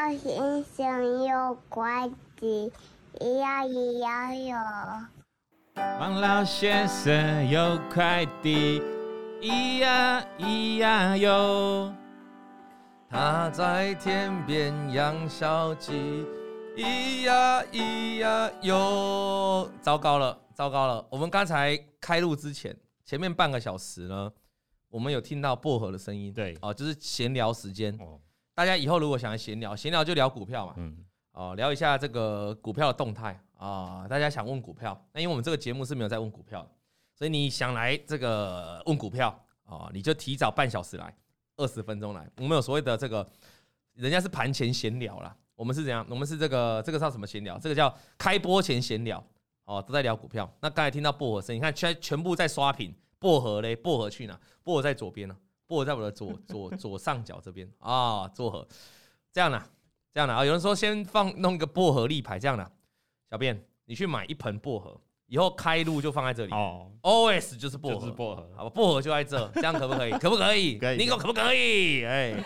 老先生有快递，咿呀咿呀哟。 王老先生有快递，咿呀咿呀哟。 他在田边养小鸡，咿呀咿呀哟。糟糕了，糟糕了！我们刚才开录之前，前面半个小时呢，我们有听到薄荷的声音， 对， 就是闲聊时间。 哦， 大家以后如果想要闲聊就聊股票嘛，聊一下这个股票的动态啊，大家想问股票，那因为我们这个节目是没有在问股票的，所以你想来这个问股票啊，你就提早半小时来，20分钟来。我们有所谓的这个，人家是盘前闲聊啦，我们是怎样？我们是这个叫什么闲聊？这个叫开播前闲聊哦，都在聊股票。那刚才听到薄荷声音，你看全部在刷屏，薄荷嘞，薄荷去哪？薄荷在左边呢，薄荷在我的左上角这边啊，薄荷这样啦。这样的啊，有人说先弄一个薄荷立牌，这样的。小便，你去买一盆薄荷，以后开路就放在这里。哦 ，OS 就是薄荷， 就是薄荷， 好吧，薄荷就在这，这样可不可以？可不可以？ 可以。 你可不可以？哎，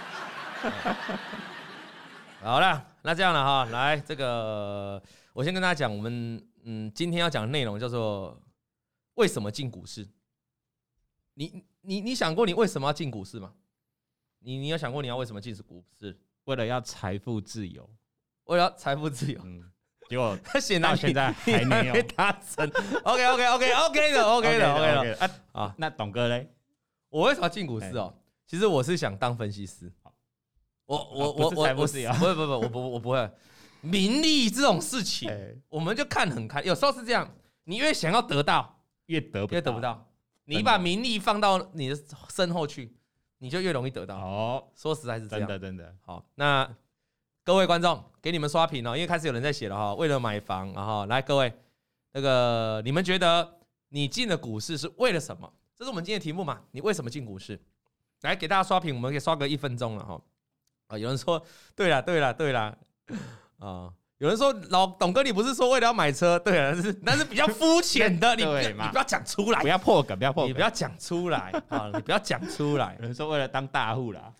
好了，那这样了哈，来这个，我先跟大家讲，我们今天要讲的内容叫做为什么进股市。你想过你为什么要进股市吗？你有想过你要为什么进股市？ 为了要财富自由， 为了财富自由， 结果他显然现在还没有达成。OK 的啊。那董哥嘞， 我为什么要进股市哦？其实我是想当分析师。我不会。名利这种事情，我们就看很开。有时候是这样，你越想要得到， 越得不到。 你把名利放到你的身后去，你就越容易得到。 哦， 说实在是这样， 真的。 好，那各位观众，给你们刷屏哦，因为开始有人在写了哈。为了买房，然后来各位，那个你们觉得你进了股市是为了什么？这是我们今天的题目嘛？你为什么进股市？来给大家刷屏，我们可以刷个1分钟了哈。啊，有人说对啦，啊。有人说老董哥，你不是说为了要买车？对啊，那是比较肤浅的，你不要讲出来， 不要破梗， 你不要讲出来啊！你不要讲出来。 有人说为了当大户啦，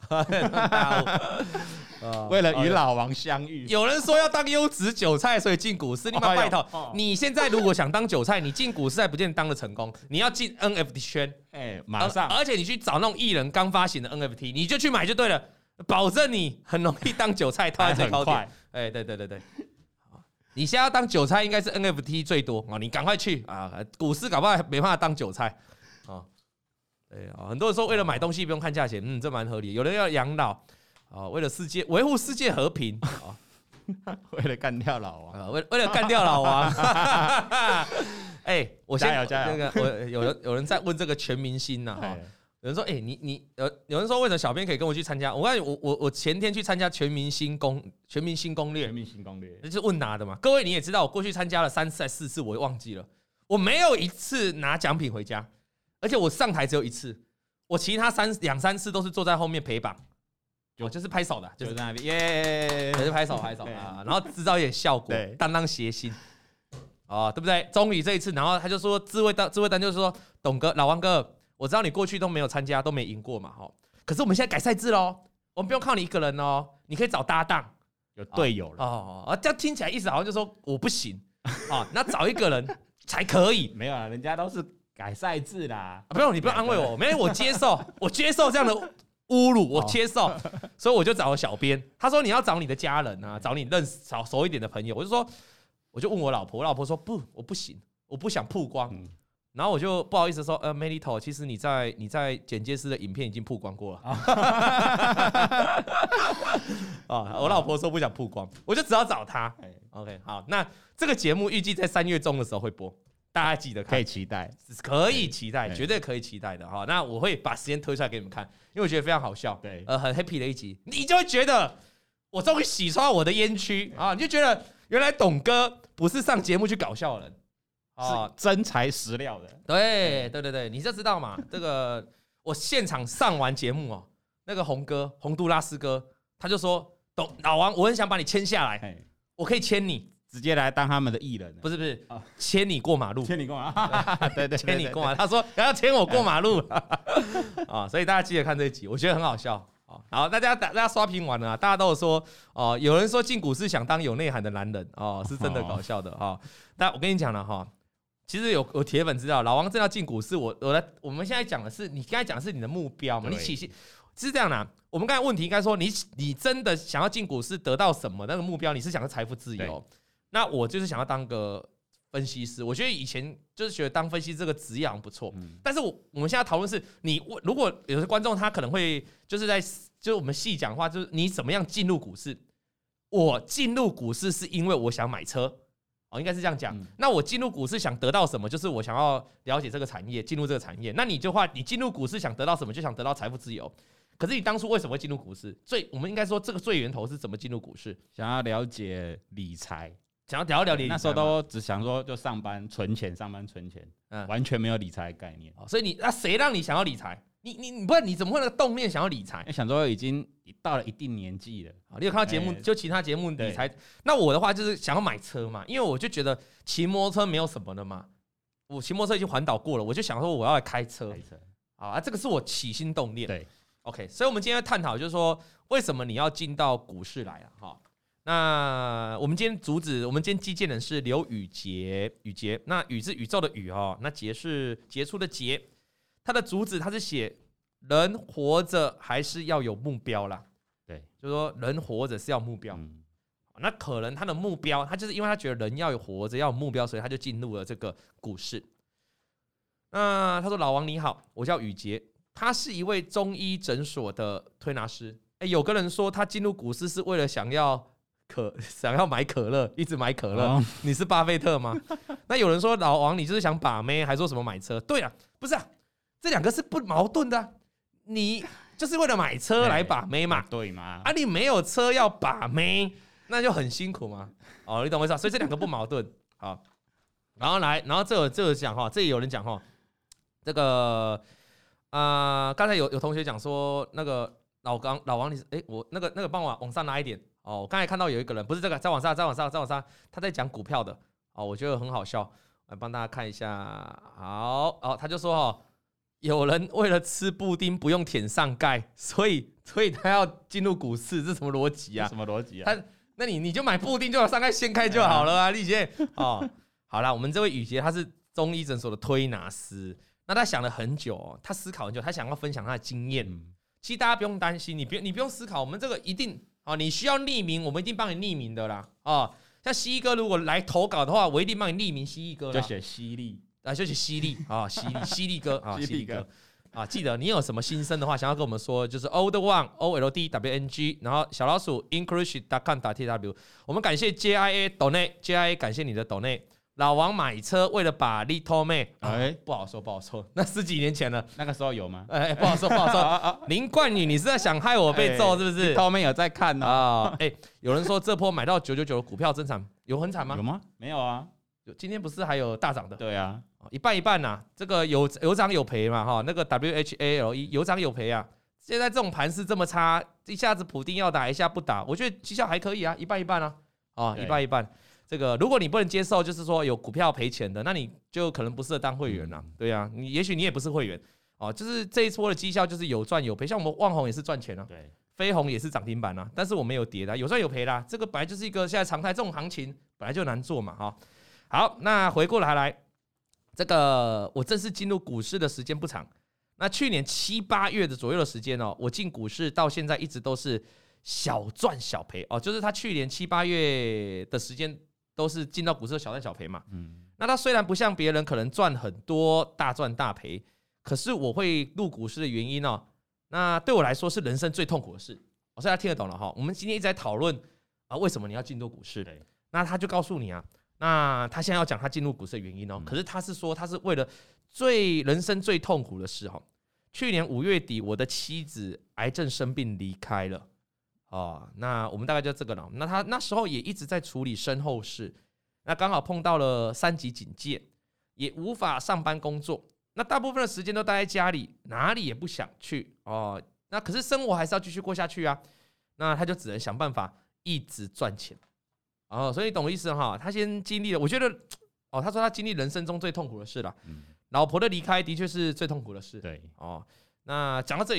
当为了与老王相遇。 有人说要当优质韭菜，所以进股市。你妈拜托，你现在如果想当韭菜，你进股市还不见得当得成功。你要进 NFT 圈， 马上， 而且你去找那种艺人刚发行的 NFT， 你就去买就对了。保证你很容易当韭菜，套在最高点。对，你现在要当韭菜，应该是 NFT 最多啊！你赶快去啊！股市搞不好没办法当韭菜啊！对啊，很多人说为了买东西不用看价钱，这蛮合理。有人要养老啊，为了维护世界和平啊， 为了干掉老王， 为了干掉老王。我先加油！ 那个有人在问这个全明星呐哈。有人说，有人说为什么小编可以跟我去参加？我前天去参加全明星攻略，那就是问拿的嘛。各位你也知道，我过去参加了3次还4次，我忘记了，我没有一次拿奖品回家，而且我上台只有1次，我其他2、3次都是坐在后面陪榜，就是拍手的，就是在那边耶， 就是拍手啊，然后制造一点效果，当谐星啊，对不对？终于这一次，然后他就说智慧单就是说，董哥、老王哥。我知道你过去都没有参加，都没赢过嘛，可是我们现在改赛制喽，我们不用靠你一个人哦，你可以找搭档， 有队友了这样听起来意思好像就说我不行那找一个人才可以。 没有啊，人家都是改赛制啦。 不用，你不用安慰我，没有，我接受，我接受这样的侮辱，我接受，所以我就找了小编，他说你要找你的家人啊，找你熟一点的朋友，我就问我老婆，我老婆说不，我不行，我不想曝光。然后我就不好意思说，Melito， 其实你在剪接师的影片已经曝光过了。我老婆说不想曝光，我就只好找他。OK， 好，那这个节目预计在3月中的时候会播，大家记得看， 可以期待， 绝对可以期待的哈。那我会把时间推出来给你们看，因为我觉得非常好笑，很 happy 的一集，你就会觉得我终于洗刷我的冤屈啊，你就觉得原来董哥不是上节目去搞笑的人。 是真材实料的， 对，你就知道嘛。这个我现场上完节目那个洪都拉斯哥，他就说：“老王，我很想把你签下来，我可以签你， 直接来当他们的艺人。” 不是，牵你过马路， 牵你过马路，对， 牵你过马路。他说要牵我过马路所以大家记得看这一集，我觉得很好笑好，大家刷屏完了、大家都有说哦，有人说进股市想当有内涵的男人哦，是真的搞笑的哈。但我跟你讲了哈，其实有铁粉知道，老王真要进股市，我们现在讲的是你刚才讲的是你的目标嘛，你起薪是这样啦。我们刚才问题应该说你真的想要进股市得到什么？那个目标你是想要财富自由，那我就是想要当个分析师。我觉得以前就是觉得当分析师这个职业好像不错，但是我们现在讨论是你如果有些观众他可能会就是我们细讲的话，就是你怎么样进入股市？我进入股市是因为我想买车。应该是这样讲。那我进入股市想得到什么？就是我想要了解这个产业，进入这个产业。那你进入股市想得到什么？就想得到财富自由。可是你当初为什么会进入股市？我们应该说这个最源头是怎么进入股市？ 想要了解理财， 想要了解理财。 那时候都只想说就上班存钱，完全没有理财概念。 所以谁让你想要理财？你不然你怎么会那个动念想要理财？ 想说已经到了一定年纪了， 你有看到节目？就其他节目理财。那我的话就是想要买车嘛，因为我就觉得骑摩托车没有什么的嘛。我骑摩托车已经环岛过了，我就想说我要来开车。这个是我起心动念。 对 ，OK。所以我们今天要探讨就是说，为什么你要进到股市来啊？哈，那我们今天基建人是刘宇杰，那宇是宇宙的宇哈，那杰是杰出的杰。他的主旨他是写人活着还是要有目标啦， 对， 就是说人活着是要目标。那可能他的目标，他就是因为他觉得人要有活着要有目标，所以他就进入了这个股市。那他说：“老王你好，我叫宇杰，他是一位中医诊所的推拿师。有个人说他进入股市是为了想要买可乐，一直买可乐。你是巴菲特吗？那有人说老王你就是想把妹，还说什么买车？对啊，不是啊。”这两个是不矛盾的、你就是为了买车来把妹嘛， 对嘛？ 你没有车要把妹，那就很辛苦嘛。你懂我意思啊？所以这两个不矛盾。好，然后这讲哈，这里有人讲哈，这个刚才有同学讲说那个老王你我那个帮我往上拉一点哦。我刚才看到有一个人不是这个，再往上，他在讲股票的我觉得很好笑，来帮大家看一下。好，他就说有人为了吃布丁不用舔上盖，所以他要进入股市，这什么逻辑啊？ 什么逻辑啊？ 那你就买布丁就把上盖掀开就好了啊，丽姐。好啦，我们这位宇杰他是中医诊所的推拿师，那他想了很久他思考很久，他想要分享他的经验。其实大家不用担心，你不用思考，我们这个一定你需要匿名，我们一定帮你匿名的啦。像蜥蜴哥如果来投稿的话，我一定帮你匿名蜥蜴哥啦， 就写犀利。 就写犀利犀利哥记得你有什么心声的话，想要跟我们说，就是 old one OLDWNG， 然后小老鼠 English.com.tw。我们感谢 JIA Donate， 感谢你的 Donate。老王买车为了把 Little 妹，不好说，那10几年前了， 那个时候有吗？ 不好说。林冠宇，你是在想害我被揍是不是 ？Little 妹有在看哦。有人说这波买到999的股票真惨，有很惨吗？ 有吗？没有啊。 今天不是还有大涨的？ 对啊， 一半一半呐。这个有涨有赔嘛哈，那个 WHALE 有涨有赔啊。现在这种盘势这么差，一下子普丁要打，一下不打，我觉得绩效还可以啊，一半一半啊。一半一半。这个如果你不能接受，就是说有股票赔钱的，那你就可能不适合当会员啦。对啊，也许你也不是会员就是这一波的绩效就是有赚有赔，像我们旺宏也是赚钱啊， 对， 飞鸿也是涨停板啊，但是我们有跌的，有赚有赔啦。这个本来就是一个现在常态，这种行情本来就难做嘛哈。好，那回过来，这个我正式进入股市的时间不长。那去年7、8月的左右的时间我进股市到现在一直都是小赚小赔就是他去年7、8月的时间都是进到股市的小赚小赔嘛。那他虽然不像别人可能赚很多大赚大赔，可是我会入股市的原因那对我来说是人生最痛苦的事。所以大家听得懂了哈。我们今天一直在讨论为什么你要进入股市？那他就告诉你那他现在要讲他进入股市的原因可是他是说他是为了人生最痛苦的事去年5月底，我的妻子癌症生病离开了那我们大概就这个了。那他那时候也一直在处理身后事，那刚好碰到了3级警戒，也无法上班工作，那大部分的时间都待在家里，哪里也不想去那可是生活还是要继续过下去啊。那他就只能想办法一直赚钱。所以你懂我意思他先经历了，我觉得他说他经历人生中最痛苦的事了。老婆的离开的确是最痛苦的事。 对那讲到这里就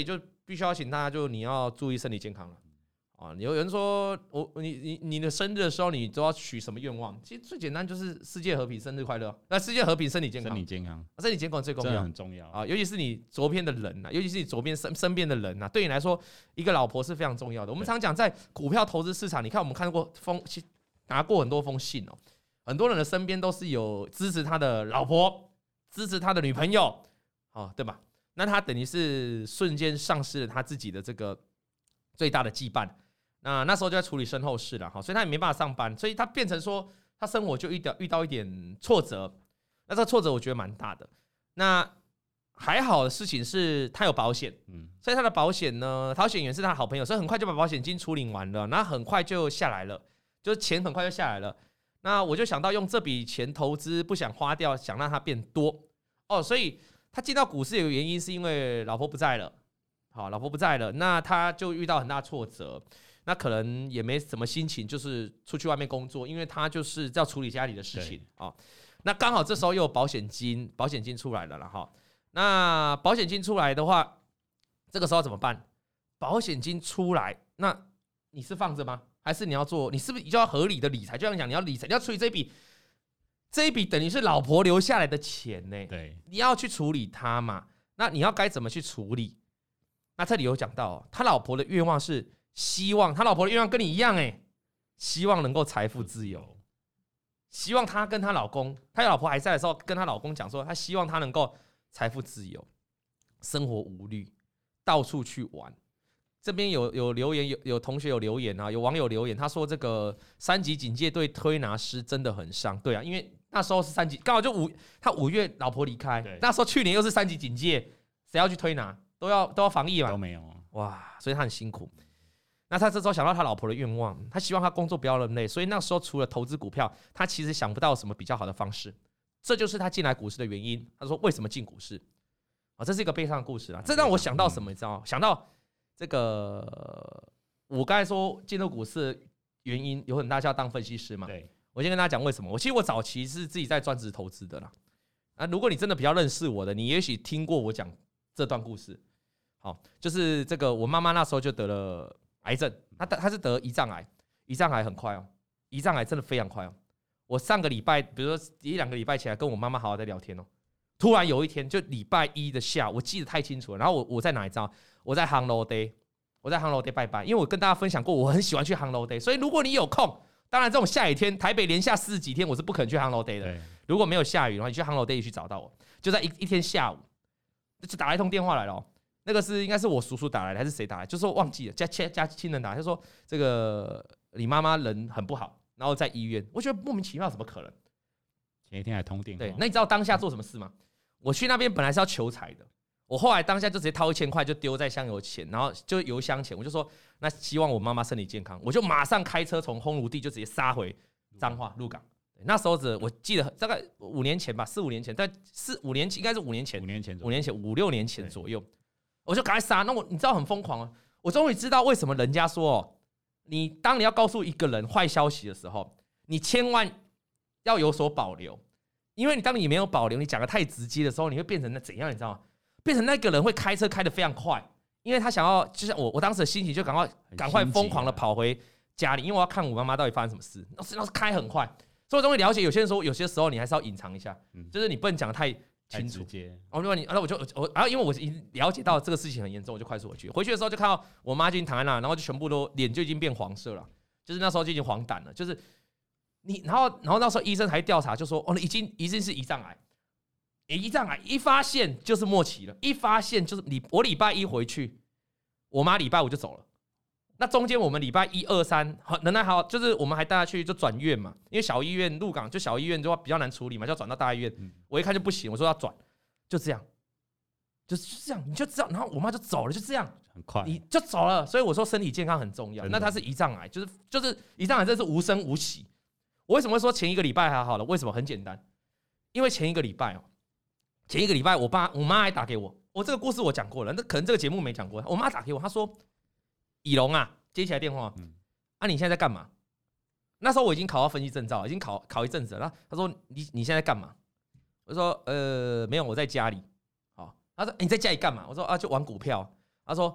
必须要请大家，就你要注意身体健康了。啊，有人说你的生日的时候，你都要许什么愿望？其实最简单就是世界和平，生日快乐。那世界和平，身体健康， 身体健康， 身体健康最重要， 这很重要啊！尤其是你左边的人啊，尤其是你左边身边的人啊，对你来说，一个老婆是非常重要的。我们常讲，在股票投资市场，你看我们看过拿过很多封信哦，很多人的身边都是有支持他的老婆，支持他的女朋友，哦，对吧？那他等于是瞬间丧失了他自己的这个最大的羁绊。那时候就在处理身后事了哈，所以他也没办法上班，所以他变成说他生活就遇到一点挫折，那这个挫折我觉得蛮大的。那还好的事情是他有保险，所以他的保险呢，保险员是他的好朋友，所以很快就把保险金处理完了，那很快就下来了，就是钱很快就下来了。那我就想到用这笔钱投资，不想花掉，想让它变多哦，所以他进到股市有个原因是因为老婆不在了，好，老婆不在了，那他就遇到很大挫折。那可能也没什么心情，就是出去外面工作，因为他就是要处理家里的事情啊。那刚好这时候又有保险金出来了啦哈。那保险金出来的话，这个时候怎么办？保险金出来，那你是放着吗？还是你要做？你是不是就要合理的理财？就像讲，你要理财，你要处理这一笔等于是老婆留下来的钱呢。 对， 你要去处理它嘛。那你要该怎么去处理？那这里有讲到，他老婆的愿望是。希望他老婆的愿望跟你一样希望能够财富自由，希望他跟他老公，他老婆还在的时候，跟他老公讲说，他希望他能够财富自由，生活无虑，到处去玩。这边有留言，有同学有留言啊，有网友留言，他说这个3级警戒对推拿师真的很伤，对啊，因为那时候是3级，刚好就他5月老婆离开，那时候去年又是3级警戒，谁要去推拿？都要防疫嘛， 都没有哇，所以他很辛苦。那他这时候想到他老婆的愿望，他希望他工作不要那么累，所以那时候除了投资股票，他其实想不到什么比较好的方式。这就是他进来股市的原因。他说为什么进股市？这是一个悲伤的故事啊。这让我想到什么？你知道吗？想到这个，我刚才说进入股市的原因有很大，是要当分析师嘛。 对， 我先跟大家讲为什么。其实我早期是自己在专职投资的啦。如果你真的比较认识我的，你也许听过我讲这段故事。好，就是这个，我妈妈那时候就得了癌症，他是得胰脏癌，胰脏癌很快哦，胰脏癌真的非常快哦。我上个礼拜，比如说1-2个礼拜前来跟我妈妈好好在聊天哦，突然有一天就礼拜1的下午，我记得太清楚了。然后我在哪里知道？我在航楼 day， 我在航楼 day 拜拜，因为我跟大家分享过，我很喜欢去航楼 day， 所以如果你有空，当然这种下雨天，台北连下40几天，我是不可能去航楼 day 的。如果没有下雨的话，你去航楼 day 去找到我，就在一天下午，就打了一通电话来了哦。那个应该是我叔叔打来的还是谁打来？就说忘记了，家亲人打来，就说这个你妈妈人很不好，然后在医院。我觉得莫名其妙，怎么可能？ 前一天还通电话。 对，那你知道当下做什么事吗？我去那边本来是要求财的，我后来当下就直接掏1000块就丢在香油钱，然后就邮箱钱，我就说那希望我妈妈身体健康，我就马上开车从烘炉地就直接杀回彰化鹿港。那时候我记得大概5年前吧，4-5年前，但4-5年前应该是5年前，5-6年前左右。我就赶快杀，你知道很疯狂啊！我终于知道为什么人家说当你要告诉一个人坏消息的时候，你千万要有所保留，因为当你没有保留，你讲的太直接的时候，你会变成怎样？你知道吗？变成那个人会开车开得非常快，因为他想要，就像我当时的心情就赶快疯狂的跑回家里，因为我要看我妈妈到底发生什么事。那是开很快，所以我终于了解，有些时候你还是要隐藏一下，就是你不能讲的太清楚。因为我已经了解到这个事情很严重，我就快速回去的时候就看到我妈已经躺在那，然后就全部都脸就已经变黄色了，就是那时候就已经黄疸了，就是然后那时候医生还调查就说已经是胰脏癌，胰脏癌一发现就是末期了，一发现就是我礼拜1回去，我妈礼拜5就走了。那中间我们礼拜1、2、3仍然好，就是我们还带她去就转院嘛，因为小医院鹿港就小医院就比较难处理嘛，就要转到大医院。我一看就不行，我说要转，就这样，就是这样，你就知道，然后我妈就走了，就这样， 很快你就走了。所以我说身体健康很重要。那她是胰脏癌，就是胰脏癌，真是无声无息。我为什么会说前1个礼拜还好了？为什么？很简单，因为前一个礼拜我妈还打给我，这个故事我讲过了，那可能这个节目没讲过。我妈打给我，她说。以龙啊，接起来电话，你现在在干嘛？那时候我已经考到分析证照，已经考一阵子了。他说你现在在干嘛？我说没有，我在家里。好，他说你在家里干嘛？我说就玩股票。他说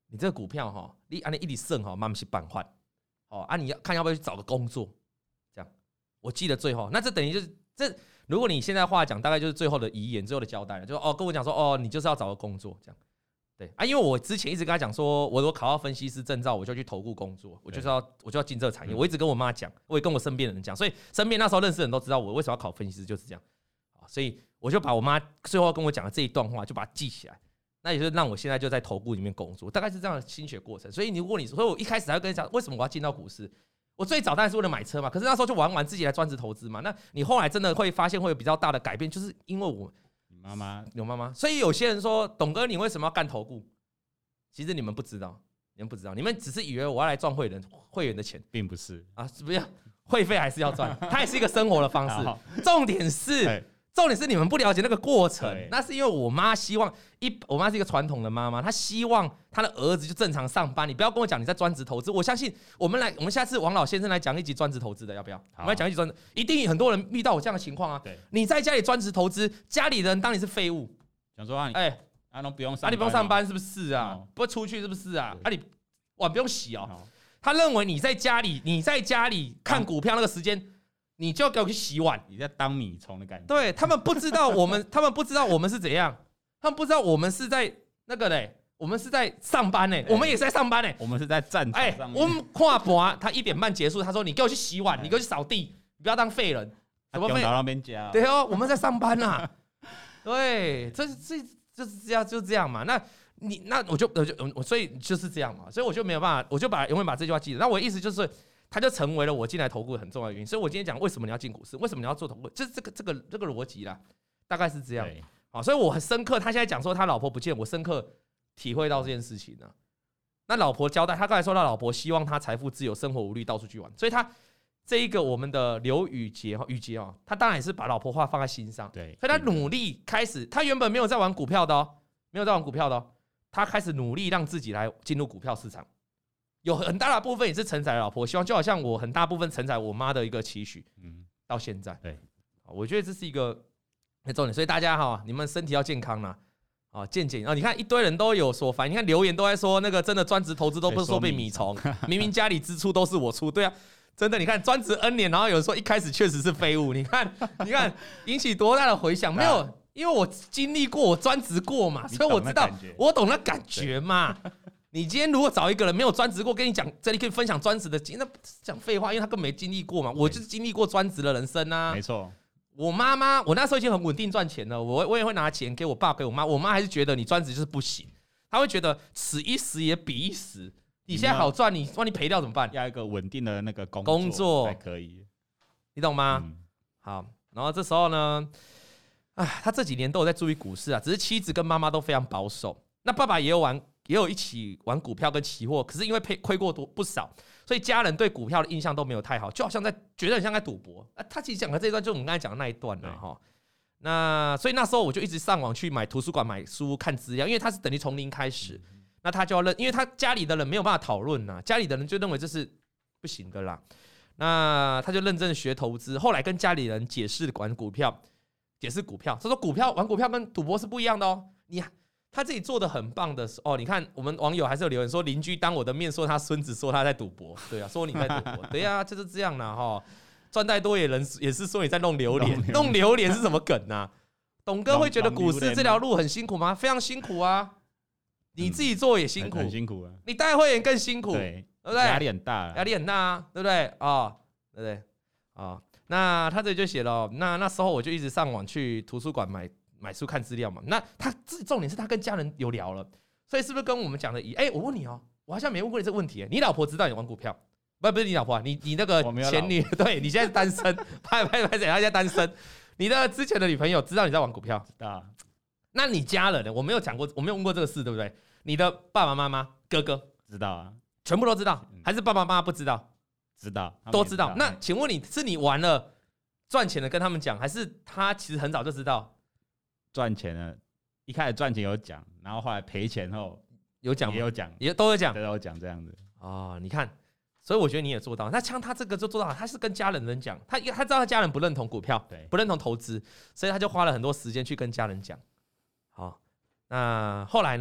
你这个股票哈，你按你一直剩哈，慢慢去办换，哦啊，你要看要不要去找个工作，这样。我记得最后，那这等于就是这，如果你现在话讲，大概就是最后的遗言，最后的交代了，就跟我讲说，你就是要找个工作，这样。对啊，因为我之前一直跟他讲说，我如果考到分析师证照，我就去投顾工作，我就要进这个产业。我一直跟我妈讲，我也跟我身边的人讲，所以身边那时候认识的人都知道我为什么要考分析师，就是这样。所以我就把我妈最后跟我讲的这一段话，就把它记起来。那也就是让我现在就在投顾里面工作，大概是这样的心血过程。所以如果所以我一开始还会跟你讲，为什么我要进到股市？我最早当然是为了买车嘛，可是那时候就玩自己来专职投资嘛。那你后来真的会发现会有比较大的改变，就是因为妈妈有妈妈，所以有些人说，董哥你为什么要干投顾？其实你们不知道，你们只是以为我要来赚会员的钱， 并不是啊，是不是？会费还是要赚，它也是一个生活的方式。重点是你们不了解那个过程，那是因为我妈希望我妈是一个传统的妈妈，她希望她的儿子就正常上班。你不要跟我讲你在专职投资，我相信我们下次王老先生来讲一集专职投资的，要不要？我们来讲一集专职，一定很多人遇到我这样的情况啊。你在家里专职投资，家里人当你是废物， 想说你不用上班， 你不用上班是不是啊？不会出去是不是啊？你碗不用洗哦。他认为你在家里看股票那个时间，你就要给我去洗碗， 你在当米虫的感觉。 对，他们不知道我们是怎样，他们不知道我们是在那个嘞，我们是在上班嘞，我们也是在上班嘞， 我们是在战场上面。 我们跨博，他1点半结束，他说你给我去洗碗，你给我去扫地，你不要当废人。 什么废？那边加。 对哦，我们在上班呐。对，就是这样嘛。所以就是这样嘛。所以我就没有办法，我就永远把这句话记得。那我的意思就是，它就成为了我进来投顾很重要的原因。所以我今天讲为什么你要进股市，为什么你要做投顾，就是这个逻辑啦，大概是这样。好，所以我很深刻。他现在讲说他老婆不见，我深刻体会到这件事情呢。那老婆交代，他刚才说他老婆希望他财富自由，生活无虑，到处去玩。所以他这一个我们的刘宇杰他当然也是把老婆话放在心上。 对， 所以他努力开始，他原本没有在玩股票的哦，他开始努力让自己来进入股票市场，有很大的部分也是承载了老婆希望，就好像我很大部分承载我妈的一个期许，到现在， 对， 我觉得这是一个重点，所以大家你们身体要健康啦，健你看一堆人都有所反，你看留言都在说那个真的专职投资都不是说被米虫，明明家里支出都是我出，对啊。真的，你看专职 N 年，然后有人说一开始确实是废物，你看引起多大的回响？没有，因为我经历过，我专职过嘛，所以我知道，我懂那感觉嘛。你今天如果找一个人没有专职过，跟你讲，这里可以分享专职的经历，那讲废话，因为他根本没经历过嘛。我就是经历过专职的人生啊。 没错， 我妈妈，我那时候已经很稳定赚钱了，我也会拿钱给我爸给我妈，我妈还是觉得你专职就是不行，她会觉得此一时也彼一时。你现在好赚，万一赔掉怎么办？ 要一个稳定的那个工作才可以，你懂吗？好，然后这时候呢，他这几年都有在注意股市啊，只是妻子跟妈妈都非常保守。那爸爸也有一起玩股票跟期货，可是因为亏过不少，所以家人对股票的印象都没有太好，就好像觉得很像在赌博。他其实讲的这一段就是我们刚才讲的那一段了哈。那所以那时候我就一直上网去图书馆买书看资料，因为他是等于从零开始。那他就要因为他家里的人没有办法讨论呐，家里的人就认为这是不行的啦。那他就认真的学投资，后来跟家里人解释玩股票，他说玩股票跟赌博是不一样的哦。他自己做的很棒的哦。你看我们网友还是有留言说，邻居当我的面说他孙子说他在赌博，对啊，说你在赌博，对啊，就是这样啦哈。赚太多也是说你在弄榴莲，弄榴莲是什么梗啊？董哥会觉得股市这条路很辛苦吗？非常辛苦啊。你自己做也辛苦， 很辛苦啊！ 你带会员更辛苦， 对不对？ 压力很大， 对不对？对不对？那他这里就写了，那时候我就一直上网去图书馆买书看资料嘛。那重点是他跟家人有聊了，所以是不是跟我们讲的我问你哦，我好像没问过你这个问题。你老婆知道你玩股票？不是你老婆，你那个前女，对你现在单身，拍，他现在单身。你的之前的女朋友知道你在玩股票？ 知道。 那你家人呢？我没有讲过，我没有问过这个事，对不对？你的爸爸妈妈、哥哥知道啊， 全部都知道，还是爸爸妈妈不知道？ 知道， 都知道。那请问是你玩了赚钱了跟他们讲，还是他其实很早就知道赚钱了？一开始赚钱有讲，然后后来赔钱后有讲， 也有讲， 也都有讲， 都有讲这样子你看，所以我觉得你也做到。那像他这个就做到，他是跟家人讲，他知道他家人不认同股票，不认同投资，所以他就花了很多时间去跟家人讲。好，那后来呢？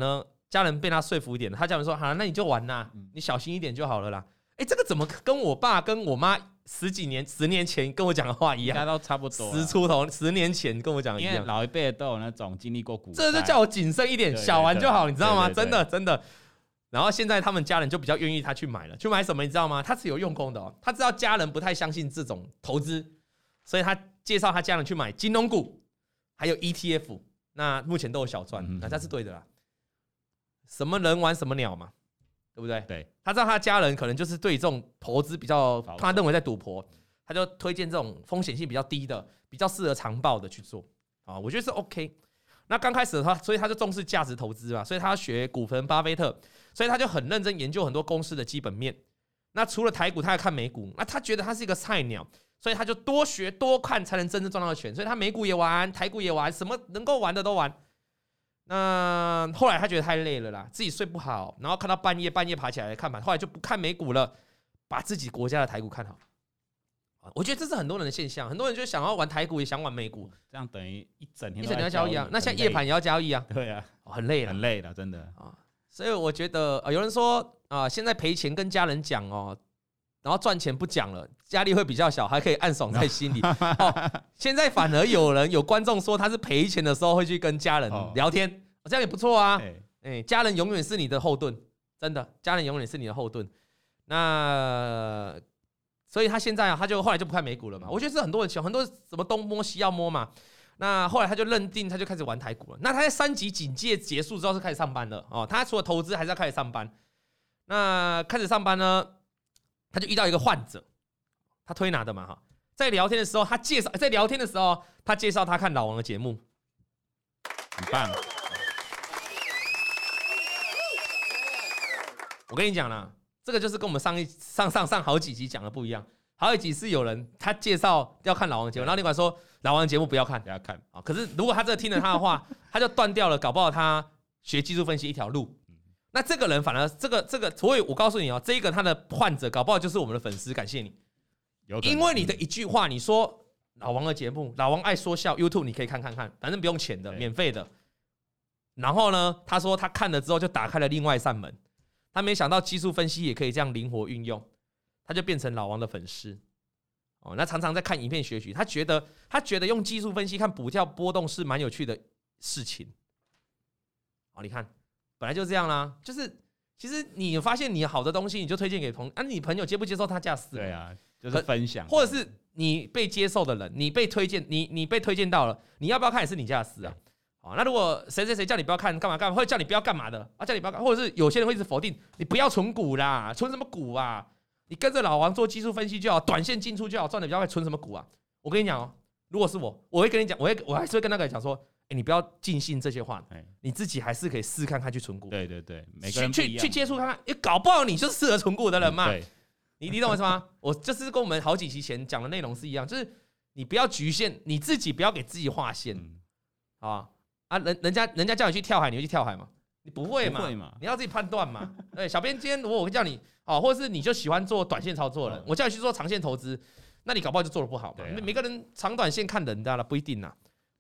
家人被他说服一点了，他家人说好，那你就玩啦，你小心一点就好了啦。这个怎么跟我爸跟我妈10年前跟我讲的话一样？ 应该都差不多 ，10出头，10年前跟我讲的一样。 因为老一辈都有那种经历过股灾， 这就叫我谨慎一点，小玩就好，你知道吗？ 对对对真的。然后现在他们家人就比较愿意他去买了，去买什么你知道吗？他是有用功的哦，他知道家人不太相信这种投资，所以他介绍他家人去买金融股，还有 ETF， 那目前都有小赚，那这是对的啦。什么人玩什么鸟嘛，对不对？ 对， 他知道他家人可能就是对这种投资比较，他认为在赌博，他就推荐这种风险性比较低的、比较适合长报的去做啊，我觉得是 OK。那刚开始所以他就重视价值投资嘛，所以他学股神巴菲特，所以他就很认真研究很多公司的基本面。那除了台股，他还看美股。那他觉得他是一个菜鸟，所以他就多学多看，才能真正赚到钱。所以他美股也玩，台股也玩，什么能够玩的都玩。那后来他觉得太累了啦，自己睡不好，然后看到半夜爬起来看盘，后来就不看美股了，把自己国家的台股看好。我觉得这是很多人的现象，很多人就想要玩台股，也想玩美股， 这样等于一整天要交易啊。那现在夜盘也要交易啊， 对啊， 很累了， 很累了，真的啊。所以我觉得有人说现在赔钱跟家人讲哦，然后赚钱不讲了，压力会比较小，还可以暗爽在心里。现在反而有观众说他是赔钱的时候会去跟家人聊天，这样也不错啊。家人永远是你的后盾，真的，家人永远是你的后盾。那所以他现在他就后来就不看美股了嘛。我觉得是很多人很多什么东摸西要摸嘛。那后来他就认定，他就开始玩台股了。那他在3级警戒结束之后是开始上班了哦。他除了投资还是要开始上班。那开始上班呢，他就遇到一个患者，他推拿的嘛哈。在聊天的时候，他介绍他看老王的节目， 很棒。 我跟你讲啦，这个就是跟我们上好几集讲的不一样。好几集是有人他介绍要看老王的节目，然后另外说老王的节目不要看啊。可是如果他真的听了他的话，他就断掉了，搞不好他学技术分析一条路。那这个人反而这个，所以我告诉你哦，这个他的患者搞不好就是我们的粉丝，感谢你，因为你的一句话，你说老王的节目，老王爱说笑 ，YouTube 你可以看，反正不用钱的，免费的。然后呢，他说他看了之后就打开了另外一扇门，他没想到技术分析也可以这样灵活运用，他就变成老王的粉丝。那常常在看影片学习，他觉得用技术分析看股票波动是蛮有趣的事情。你看。本来就这样啦，就是其实你发现你好的东西，你就推荐给朋友，你朋友接不接受他家事？ 对啊，就是分享， 或者是你被接受的人，你被推荐，你被推荐到了，你要不要看也是你家的事啊。那如果谁叫你不要看，干嘛，或者叫你不要干嘛的叫你不要看，或者是有些人会一直否定你不要存股啦，存什么股啊？你跟着老王做技术分析就好，短线进出就好，赚的比较快，存什么股啊？我跟你讲如果是我会跟你讲，我还是会跟那个人讲说。你不要尽信这些话，你自己还是可以试看去存股。 对，每个人去接触看看，搞不好你就是适合存股的人嘛。你懂我意思吗？我就是跟我们好几期前讲的内容是一样，就是你不要局限你自己，不要给自己划线人家叫你去跳海，你会去跳海吗？你不会嘛？你要自己判断嘛。对，小编今天如果我会叫你或者是你就喜欢做短线操作的人，我叫你去做长线投资，那你搞不好就做得不好嘛。每个人长短线看人的不一定啦。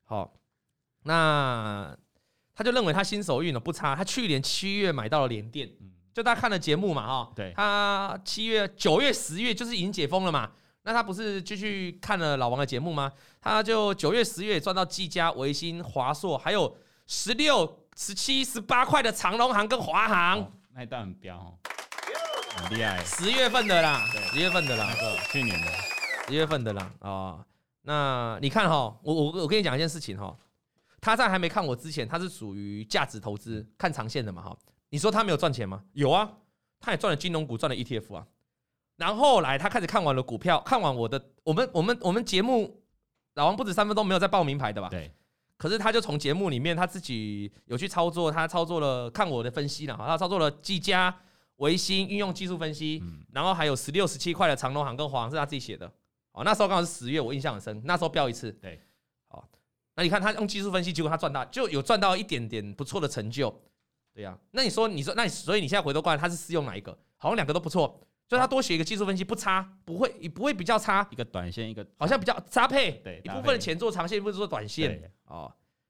那他就认为他新手运不差，他去年7月买到了联电，就大家看了节目嘛对， 他9月、10月就是已经解封了嘛，那他不是继续看了老王的节目吗？他就9月、10月赚到技嘉、微星、华硕，还有16、17、18块的长荣航跟华航， 那一段很彪很厉害。 10月份的啦，10月份的啦， 去年的 10月份的啦那你看我跟你讲一件事情他在还没看我之前，他是属于价值投资看长线的嘛你说他没有赚钱吗？有啊，他也赚了金融股，赚了 ETF 啊。然后来他开始看完了股票，看完我们节目老王不止3分钟没有在报名牌的吧？ 对。 可是他就从节目里面他自己有去操作，他操作了看我的分析了他操作了技嘉、微星运用技术分析，然后还有16、17块的长荣航跟华航是他自己写的。那时候刚好是10月，我印象很深，那时候标一次。 对。 那你看他用技术分析，结果他有赚到一点点不错的成就，对呀。那你说，所以你现在回头看，他是适用哪一个？好像2个都不错，所以他多学一个技术分析不差，不会比较差。 一个短线，一个好像比较搭配， 对， 一部分的钱做长线，一部分做短线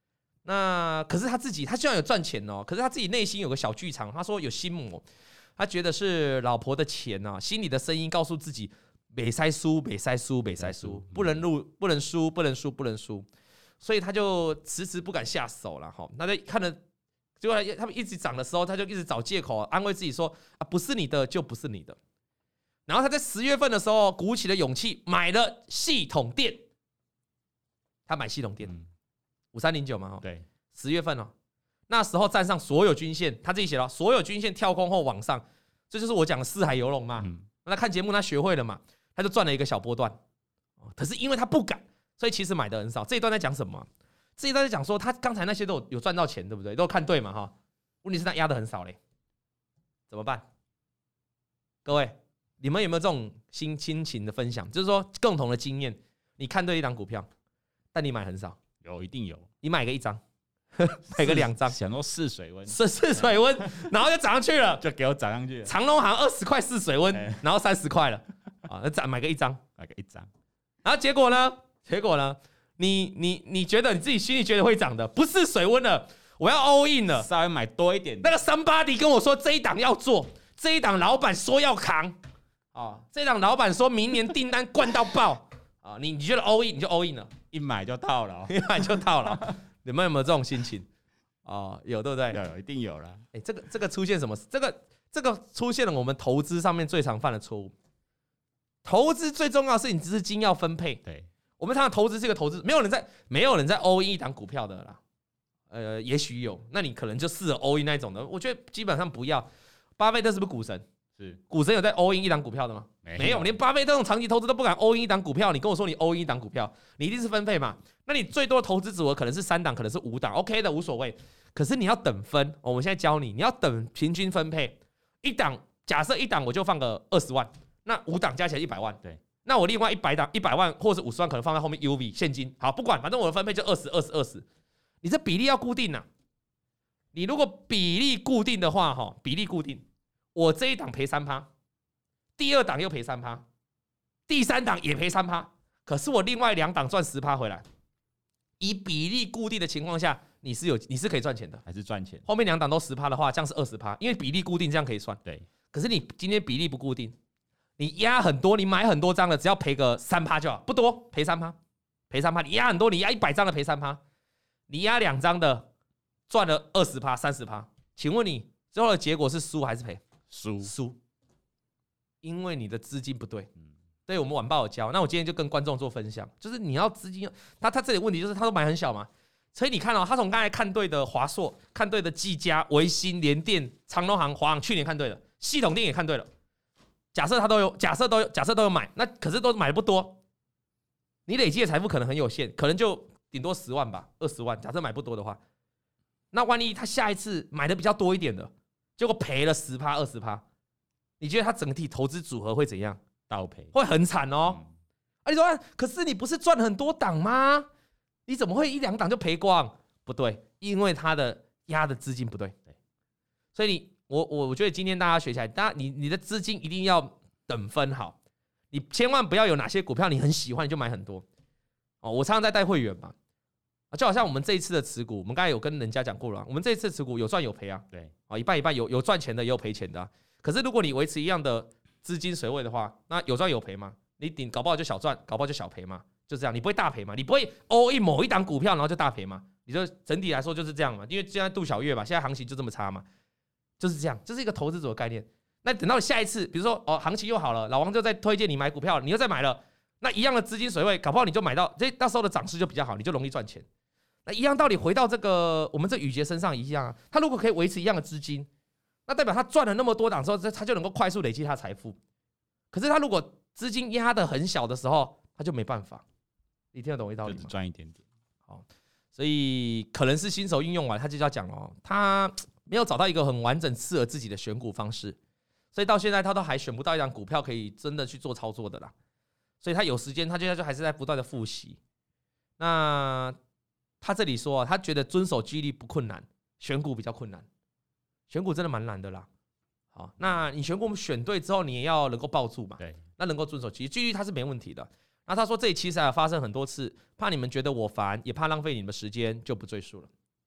那可是他自己，他虽然有赚钱哦，可是他自己内心有个小剧场，他说有心魔，他觉得是老婆的钱啊，心里的声音告诉自己，别塞输，别塞输，别塞输，不能输，不能输，不能输，所以他就迟迟不敢下手了哈。那在看了，结果他们一直涨的时候，他就一直找借口安慰自己说啊，不是你的就不是你的。然后他在10月份的时候鼓起了勇气买了系统店，他买系统店。5309嘛， 对 ，10月份哦，那时候站上所有均线，他自己写了，所有均线跳空后往上，这就是我讲的四海游龙嘛。那看节目他学会了嘛，他就赚了一个小波段。可是因为他不敢，所以其实买的很少。这一段在讲什么？这一段在讲说他刚才那些都有赚到钱，对不对？都看对嘛哈。问题是他压的很少嘞，怎么办？各位，你们有没有这种心情的分享？就是说共同的经验，你看对一档股票，但你买很少。 有，一定有。 你买个1张，买个2张， 想说试水温， 试水温，然后就涨上去了， 就给我涨上去了。 长隆行20块试水温，然后30块了啊，买个1张，然后结果呢？你觉得你自己心里觉得会涨的，不是水温了，我要 all in 了， 稍微买多一点。 那个somebody跟我说这一档要做，这一档老板说要扛啊，这一档老板说明年订单灌到爆啊，你觉得 all in 你就 all in 了。 一买就套牢， 一买就套牢，你们有没有这种心情？哦，有对不对？ 有，一定有啦。 这个出现什么？这个出现了我们投资上面最常犯的错误。投资最重要的是你资金要分配。 对， 我们常常投资这个投资，没有人在 all in 一档股票的啦。也许有，那你可能就试着 all in 那一种的。我觉得基本上不要。巴菲特是不是股神？ 是股神有在 all in 一档股票的吗？没有，连巴菲特这种长期投资都不敢 all in 一档股票。你跟我说你 all in 一档股票，你一定是分配嘛？那你最多的投资组合可能是3档，可能是5档 ，OK 的，无所谓。可是你要等分，我们现在教你，你要等平均分配。一档假设一档我就放个20万，那5档加起来100万， 对。 那我另外100万或者是50万可能放在后面 UV 现金，好，不管，反正我的分配就20。你这比例要固定啊。你如果比例固定的话，比例固定。我这一档赔3%，第2档又赔3%，第3档也赔3%，可是我另外2档赚10%回来。以比例固定的情况下，你是可以赚钱的， 还是赚钱。 后面2档都10%的话，这样是20%，因为比例固定，这样可以算。 对。 可是你今天比例不固定，你压很多，你买很多张的，只要赔个3%就好，不多，赔3%，赔3%。你压很多，你压100张的赔3%，你压2张的赚了20%、30%。请问你最后的结果是输还是赔？输，因为你的资金不对。对，我们晚报有教，那我今天就跟观众做分享，就是你要资金，他这里问题就是他都买很小嘛，所以你看他从刚才看对的华硕，看对的技嘉、微星、联电、长荣航、华航，去年看对了，系统店也看对了，假设都有买，那可是都买的不多，你累积的财富可能很有限，可能就顶多10万吧，20万，假设买不多的话，那万一他下一次买的比较多一点的。结果赔了10%、20%，你觉得他整体投资组合会怎样？ 倒赔， 会很惨哦。你说，可是你不是赚很多档吗？你怎么会1、2档就赔光？不对，因为他的压的资金不对。所以我觉得今天大家学起来，你的资金一定要等分好，你千万不要有哪些股票你很喜欢你就买很多。我常常在带会员嘛。就好像我们这一次的持股，我们刚才有跟人家讲过了，我们这一次持股有赚有赔啊， 对， 一半一半，有赚钱的也有赔钱的啊。可是如果你维持一样的资金水位的话，那有赚有赔嘛，你搞不好就小赚，搞不好就小赔嘛，就这样，你不会大赔嘛，你不会 all in 某一档股票然后就大赔嘛，你就整体来说就是这样嘛，因为现在度小月嘛，现在行情就这么差嘛，就是这样，这是一个投资者的概念。那等到下一次，比如说行情又好了，老王就在推荐你买股票，你又再买了，那一样的资金水位，搞不好你就买到，那时候的涨势就比较好，你就容易赚钱。那一样道理回到这个我们这宇杰身上一样啊，他如果可以维持一样的资金，那代表他赚了那么多档之后，他就能够快速累积他的财富。可是他如果资金压得很小的时候，他就没办法。你听得懂我道理吗？ 就只赚一点点。 好，所以可能是新手应用完，他就要讲他没有找到一个很完整适合自己的选股方式，所以到现在他都还选不到一张股票可以真的去做操作的啦。所以他有时间，他就还是在不断的复习。那他这里说他觉得遵守纪律不困难，选股比较困难。选股真的蛮难的啦。好，那你选股选对之后，你也要能够抱住嘛。 对， 那能够遵守纪律，他是没问题的。那他说这里其实还发生很多次，怕你们觉得我烦，也怕浪费你们时间，就不赘述了。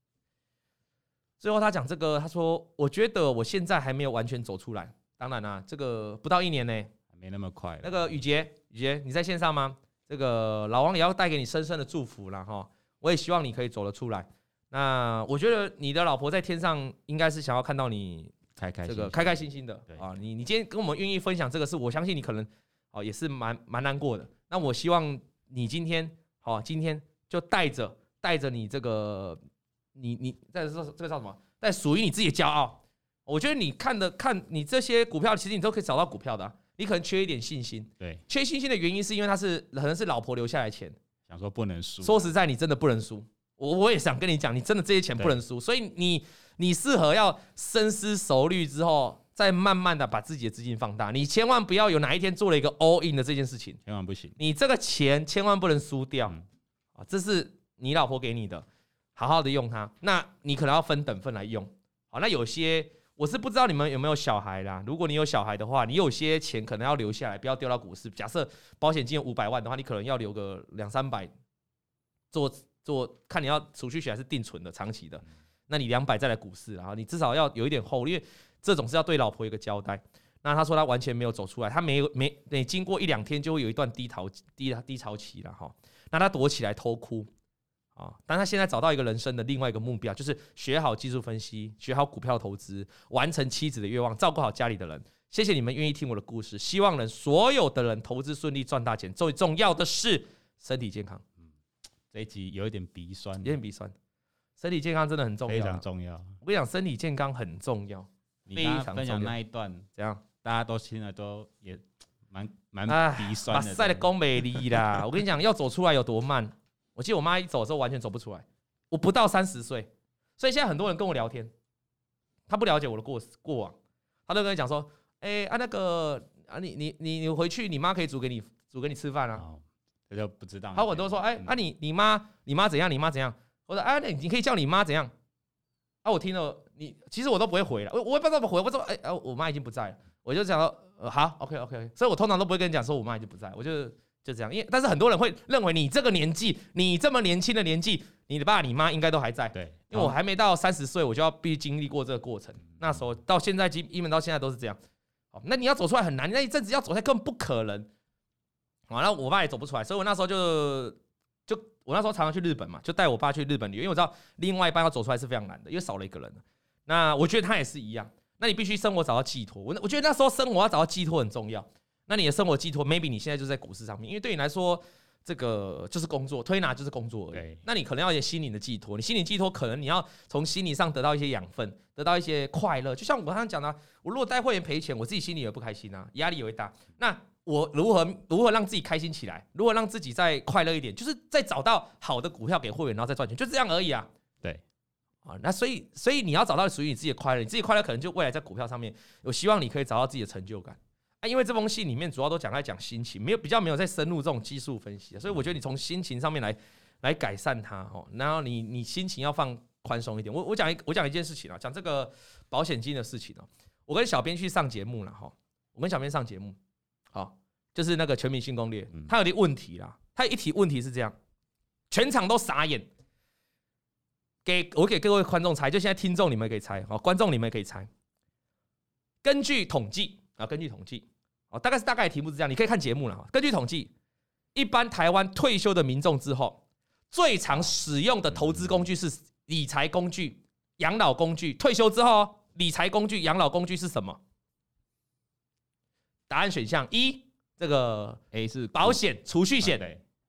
最后他讲这个，他说我觉得我现在还没有完全走出来。当然啦、这个不到1年呢， 没那么快。 那个宇杰你在线上吗？这个老王也要带给你深深的祝福啦哈，我也希望你可以走得出来。那我觉得你的老婆在天上应该是想要看到你开开心心的啊。你今天跟我们愿意分享这个事，我相信你可能也是蛮难过的。那我希望你今天就带着你这个你在这个叫什么？带属于你自己的骄傲。我觉得你看你这些股票，其实你都可以找到股票的啊。你可能缺一点信心， 对， 缺信心的原因是因为可能是老婆留下来的钱， 想说不能输。 说实在，你真的不能输。我也想跟你讲，你真的这些钱不能输，所以你适合要深思熟虑之后，再慢慢的把自己的资金放大。你千万不要有哪一天做了一个 all in 的这件事情， 千万不行。 你这个钱千万不能输掉这是你老婆给你的，好好的用它。那你可能要分等份来用。好，那有些我是不知道你们有没有小孩啦。如果你有小孩的话，你有些钱可能要留下来，不要丢到股市。假设保险金有500万的话，你可能要留个200-300做看你要储蓄险还是定存的长期的。那你200再来股市，然后你至少要有一点后，因为这种是要对老婆有一个交代。那他说他完全没有走出来，他每经过1-2天就会有一段低潮期了哈。那他躲起来偷哭但他现在找到一个人生的另外一个目标，就是学好技术分析，学好股票投资，完成妻子的愿望，照顾好家里的人。谢谢你们愿意听我的故事，希望所有的人投资顺利，赚大钱。最重要的是身体健康。 这一集有一点鼻酸， 身体健康真的很重要， 非常重要。 我跟你讲，身体健康很重要， 非常重要。分享那一段怎样？ 大家都听了都也蛮鼻酸的。 把晒的公美丽啦！我跟你讲，要走出来有多慢。我记得我妈一走的时候完全走不出来，我不到30岁，所以现在很多人跟我聊天，他不了解我的过往，他都跟你讲说，那个你回去，你妈可以煮给你吃饭啊。 这就不知道。 还有很多说，你妈怎样？你妈怎样？我说，那你可以叫你妈怎样？我听了其实我都不会回了，我也不知道怎么回。我说，我妈已经不在了，我就想说，好 ，OK， 所以我通常都不会跟你讲说我妈已经不在，我就这样。但是很多人会认为你这个年纪，你这么年轻的年纪，你的爸你妈应该都还在。 对， 因为我还没到30岁，我就要必须经历过这个过程。那时候到现在，基本到现在都是这样。那你要走出来很难，那一阵子要走出来根本不可能。那我爸也走不出来，所以我那时候我那时候常常去日本嘛，就带我爸去日本旅游，因为我知道另外一半要走出来是非常难的，因为少了一个人。那我觉得他也是一样，那你必须生活找到寄托。我觉得那时候生活要找到寄托很重要。那你的生活寄托 ，maybe 你现在就在股市上面，因为对你来说，这个就是工作，推拿就是工作而已。那你可能要一些心灵的寄托，你心灵寄托可能你要从心理上得到一些养分，得到一些快乐。就像我刚刚讲的，我如果带会员赔钱，我自己心里也不开心啊，压力也会大。那我如何让自己开心起来？如何让自己再快乐一点？就是再找到好的股票给会员，然后再赚钱，就这样而已啊。 对， 那所以你要找到属于你自己的快乐，你自己快乐可能就未来在股票上面，我希望你可以找到自己的成就感。因为这封信里面主要都在讲心情，比较没有在深入这种技术分析，所以我觉得你从心情上面来改善它然后你心情要放宽松一点。我讲一件事情讲这个保险金的事情我跟小编去上节目了我跟小编上节目就是那个全民性攻略，他有点问题啦，他一题问题是这样，全场都傻眼。我给各位观众猜，就现在听众你们可以猜，观众你们可以猜。根据统计，大概的题目是这样，你可以看节目了。根据统计，一般台湾退休的民众之后，最常使用的投资工具是理财工具、养老工具。退休之后，理财工具、养老工具是什么？答案选项1。这个 A 是保险储蓄险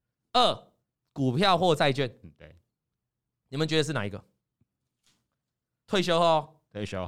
，2股票或债券。 对， 你们觉得是哪一个？退休后，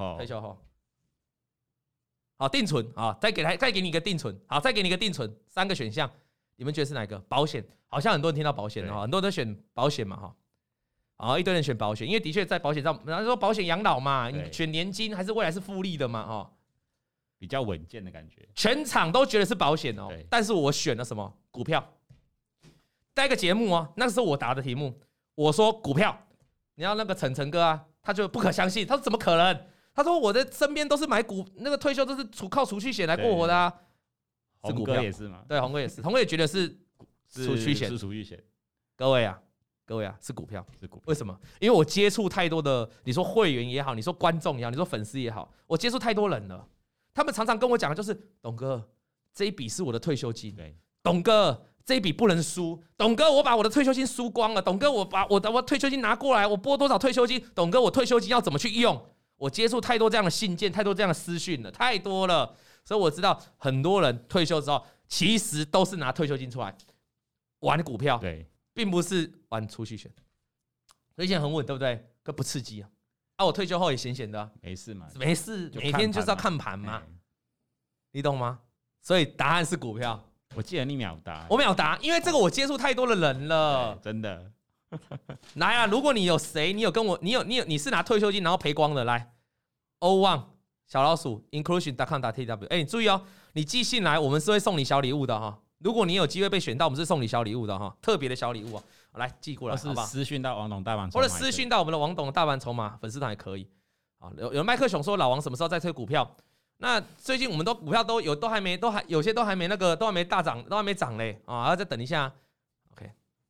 好，定存再给你一个定存，好，再给你一个定存，3个选项，你们觉得是哪一个？保险，好像很多人听到保险很多人都选保险嘛一堆人选保险，因为的确在保险上，然后说保险养老嘛，你选年金还是未来是复利的嘛比较稳健的感觉， 全场都觉得是保险但是我选了什么？股票。带个节目那个时候我答的题目，我说股票，你要那个晨哥他就不可相信，他说怎么可能？他说我的身边都是买那个退休都是靠储蓄险来过活的是股票红哥也是嘛？ 对，红哥也是，红哥也觉得是储蓄险， 是储蓄险。 各位各位啊，是股票。 是股票。 为什么？因为我接触太多的，你说会员也好，你说观众也好，你说粉丝也好，我接触太多人了。他们常常跟我讲的就是，董哥，这一笔是我的退休金。 对， 董哥，这一笔不能输。董哥，我把我的退休金输光了。董哥，我把我的退休金拿过来，我拨多少退休金？董哥，我退休金要怎么去用？我接触太多这样的信件，太多这样的私讯了，太多了。所以我知道很多人退休之后，其实都是拿退休金出来玩股票， 对， 并不是玩储蓄险。所以现在很稳，对不对？可不刺激啊！啊，我退休后也闲闲的、啊， 没事嘛， 没事，每天就是要看盘嘛，你懂吗？所以答案是股票。 我记得你秒答， 我秒答，因为这个我接触太多的人了， 真的。 来啊！如果你有谁，你有跟我，你是拿退休金然后赔光的，来 O1 小老鼠 inclusion.com.tw， 你注意哦，你寄信来，我们是会送你小礼物的哈。如果你有机会被选到，我们是送你小礼物的哈，特别的小礼物哦。来寄过来，好不好？ 私讯到王董大盘筹码，或者私讯到我们的王董的大盘筹码粉丝团也可以。啊，有麦克熊说老王什么时候再推股票？那最近我们股票都有些都还没大涨，都还没涨嘞啊，要再等一下。OK，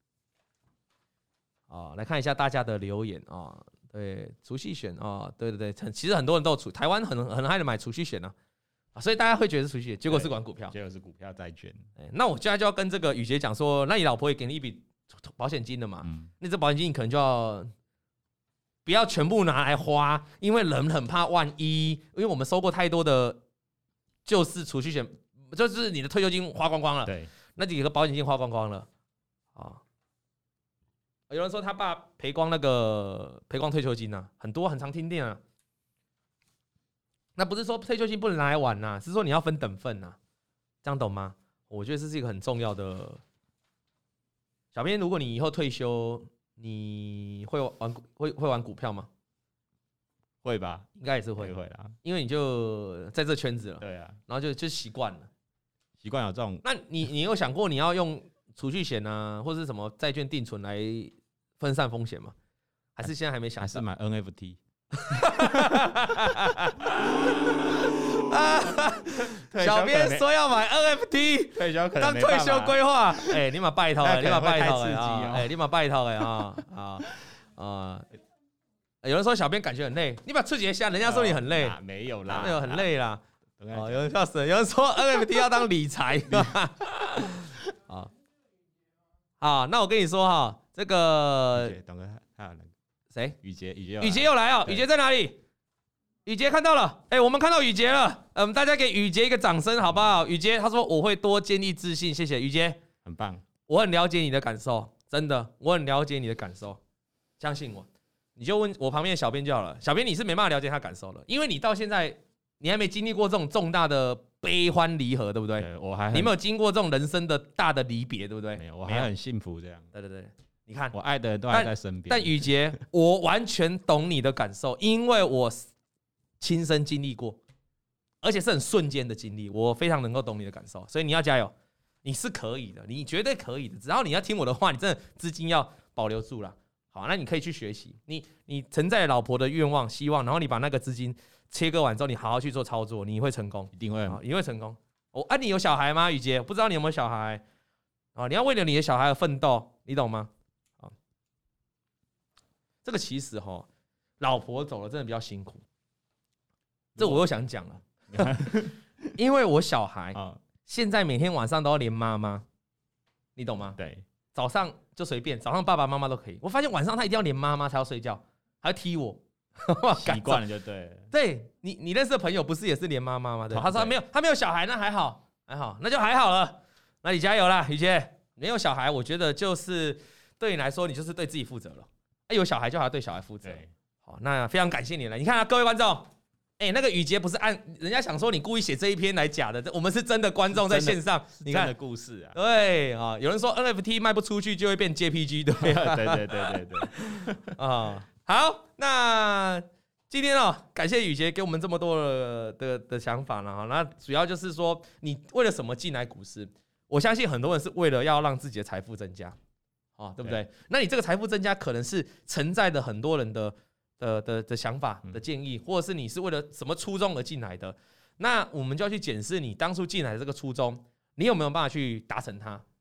啊，来看一下大家的留言啊，对，储蓄险啊，对，其实很多人都有台湾很爱的买储蓄险呢，啊，所以大家会觉得是储蓄险，结果是玩股票， 结果是股票债券。 那我现在就要跟这个宇杰讲说，那你老婆也给你一笔保险金的嘛？那这保险金你可能就要不要全部拿来花，因为人很怕万一，因为我们收过太多的，就是储蓄险，就是你的退休金花光光了， 对， 那几个保险金花光光了，啊，有人说他爸赔光退休金啊，很多很常听见啊，那不是说退休金不能拿来玩呐，是说你要分等份呐，这样懂吗？我觉得这是一个很重要的。小编，如果你以后退休，你会玩股票吗？ 会吧， 应该也是会啦， 因为你就在这圈子了， 对啊， 然后就习惯了， 习惯有这种。 那你有想过你要用储蓄险啊，或者是什么债券定存来分散风险吗？还是现在还没想到？ 还是买 NFT？ 小编说要买 NFT 当退休规划，你嘛拜托你嘛拜托你嘛拜托有人说小编感觉很累，你把触及一下，人家说你很累， 没有啦， 没有很累啦。有人笑死了，有人说 NFT 要当理财，好，那我跟你说哈，这个董哥还有那个谁？ 宇杰又来哦，宇杰在哪里？宇杰看到了，我们看到宇杰了，我们大家给宇杰一个掌声好不好？宇杰他说我会多建立自信，谢谢宇杰， 很棒， 我很了解你的感受，真的，我很了解你的感受，相信我，你就问我旁边的小编就好了。小编你是没办法了解他感受了，因为你到现在你还没经历过这种重大的悲欢离合，对不对？ 对，你没有经过这种人生的大的离别，对不对？ 没有，我还很幸福这样。 对，你看我爱的人都还在身边。 但宇杰，我完全懂你的感受，因为我亲身经历过，而且是很瞬间的经历，我非常能够懂你的感受，所以你要加油，你是可以的，你绝对可以的，只要你要听我的话，你真的资金要保留住了。好，那你可以去学习，你承载老婆的愿望、希望，然后你把那个资金切割完之后，你好好去做操作，你会成功， 一定会， 你会成功。你有小孩吗，宇杰？不知道你有没有小孩你要为了你的小孩而奋斗，你懂吗？这个其实老婆走了真的比较辛苦，这我又想讲了，因为我小孩现在每天晚上都要连妈妈，你懂吗？ 对， 早上就随便，早上爸爸妈妈都可以。我发现晚上他一定要连妈妈才要睡觉，还要踢我， 习惯了就对了。 对你认识的朋友不是也是连妈妈吗？对，他说他没有小孩，那还好，那就还好了。那你加油啦，宇杰，没有小孩，我觉得就是对你来说，你就是对自己负责了。有小孩就还要对小孩负责。好，那非常感谢你了。你看各位观众，那个宇杰不是人家想说你故意写这一篇来假的，我们是真的观众在线上，你看真的故事啊。 对有人说 NFT 卖不出去就会变 JPG， 对好，那今天感谢宇杰给我们这么多的想法了那主要就是说，你为了什么进来股市？我相信很多人是为了要让自己的财富增加。对不对？那你这个财富增加，可能是承载的很多人的想法的建议，或者是你是为了什么初衷而进来的？那我们就要去检视你当初进来的这个初衷，你有没有办法去达成它？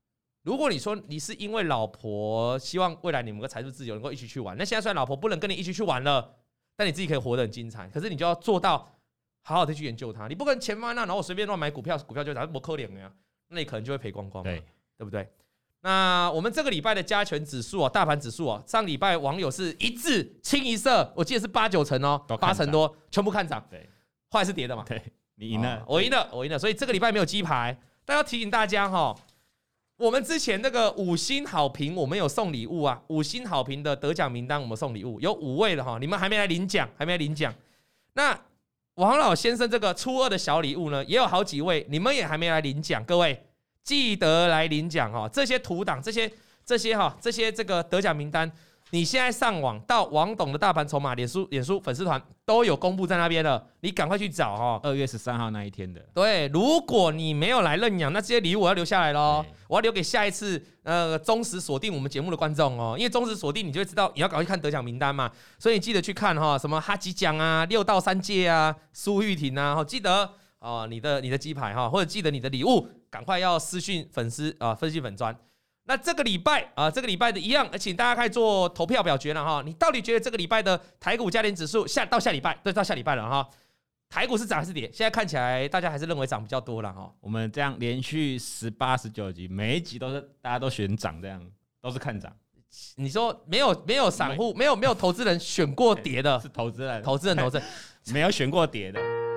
如果你说你是因为老婆希望未来你们的财富自由能够一起去玩，那现在虽然老婆不能跟你一起去玩了，但你自己可以活得很精彩。可是你就要做到好好的去研究它，你不可能钱放在那，然后我随便乱买股票，股票就涨，不可能呀，那你可能就会赔光光嘛，对不对？那我们这个礼拜的加权指数大盘指数上礼拜网友是一致清一色，我记得是8、9成8成多，全部看涨，对，后来是跌的嘛， 对，你赢了， 我赢了，所以这个礼拜没有鸡排，但要提醒大家我们之前那个5星好评，我们有送礼物5星好评的得奖名单，我们送礼物有5位了你们还没来领奖，那王老先生这个初2的小礼物呢，也有好几位，你们也还没来领奖，各位记得来领奖这些图档，这些这个得奖名单，你现在上网到王董的大盘筹码脸书粉丝团都有公布在那边了，你赶快去找 2月13号那一天的。 对，如果你没有来认养，那这些礼物我要留下来咯，我要留给下一次忠实锁定我们节目的观众因为忠实锁定你就会知道你要赶快去看得奖名单嘛，所以你记得去看什么哈吉奖6到3届苏玉婷记得你的鸡排或者记得你的礼物，赶快要私讯粉丝分析粉专。那这个礼拜的一样，请大家开始做投票表决了你到底觉得这个礼拜的台股加权指数到下礼拜了台股是涨还是跌？现在看起来大家还是认为涨比较多了我们这样连续18、19集，每一集都是大家都选涨，这样都是看涨。 你说没有散户，没有投资人选过跌的， 是投资人没有选过跌的。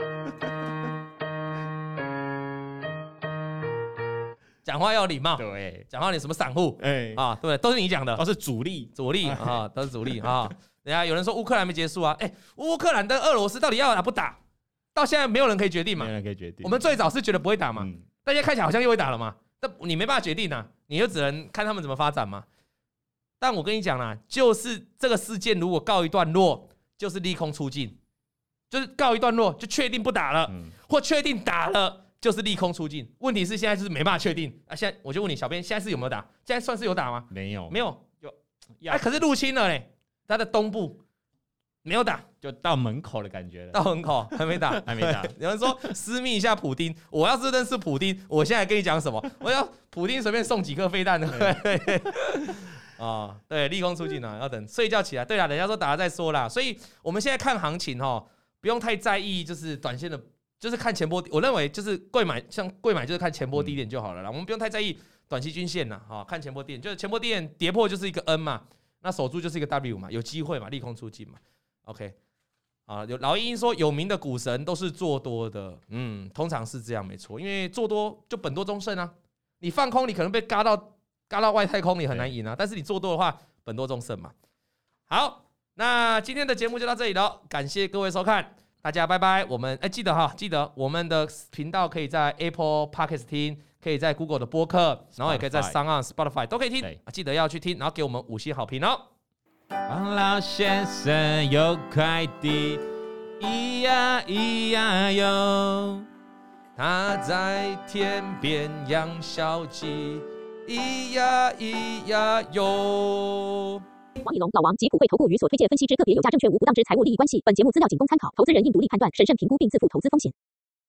讲话要有礼貌， 对， 讲话你什么散户，对，都是你讲的， 都是主力都是主力等下有人说乌克兰没结束乌克兰跟俄罗斯到底要打不打？到现在没有人可以决定嘛， 没有人可以决定。 我们最早是觉得不会打嘛，大家看起来好像又会打了嘛，但你没办法决定你就只能看他们怎么发展嘛。但我跟你讲啦，就是这个事件如果告一段落，就是利空出尽，就是告一段落就确定不打了，或确定打了。就是利空出尽，问题是现在就是没办法确定现在我就问你，小编现在是有没有打？现在算是有打吗？ 没有， 可是入侵了嘞，它的东部没有打， 就到门口的感觉了。 到门口还没打，有人说私密一下普丁，我要是认识普丁，我现在跟你讲什么？我要普丁随便送几颗飞弹的。对，利空出尽要等睡觉起来。对啦，人家说打了再说啦，所以我们现在看行情不用太在意，就是短线的。就是看前波，我认为就是贵买就是看前波低点就好了啦，我们不用太在意短期均线啦，看前波低点，就是前波低点跌破就是一个 N 嘛，那守住就是一个 W 嘛，有机会嘛，利空出尽嘛 ，OK， 有老鹰说有名的股神都是做多的，通常是这样没错，因为做多就本多终胜你放空你可能被嘎到外太空你很难赢但是你做多的话本多终胜嘛。好，那今天的节目就到这里了，感谢各位收看。大家拜拜，我们记得我们的频道可以在 Apple Podcast 听，可以在 Google 的播客，然后也可以在 SoundOn、Spotify 都可以听，记得要去听，然后给我们5星好评王老先生有快递，咿呀咿呀哟， 他在天边养小鸡，咿呀咿呀哟。 王以龙、老王及普惠投顾与所推荐分析之个别有价证券无不当之财务利益关系。本节目资料仅供参考，投资人应独立判断、审慎评估并自负投资风险。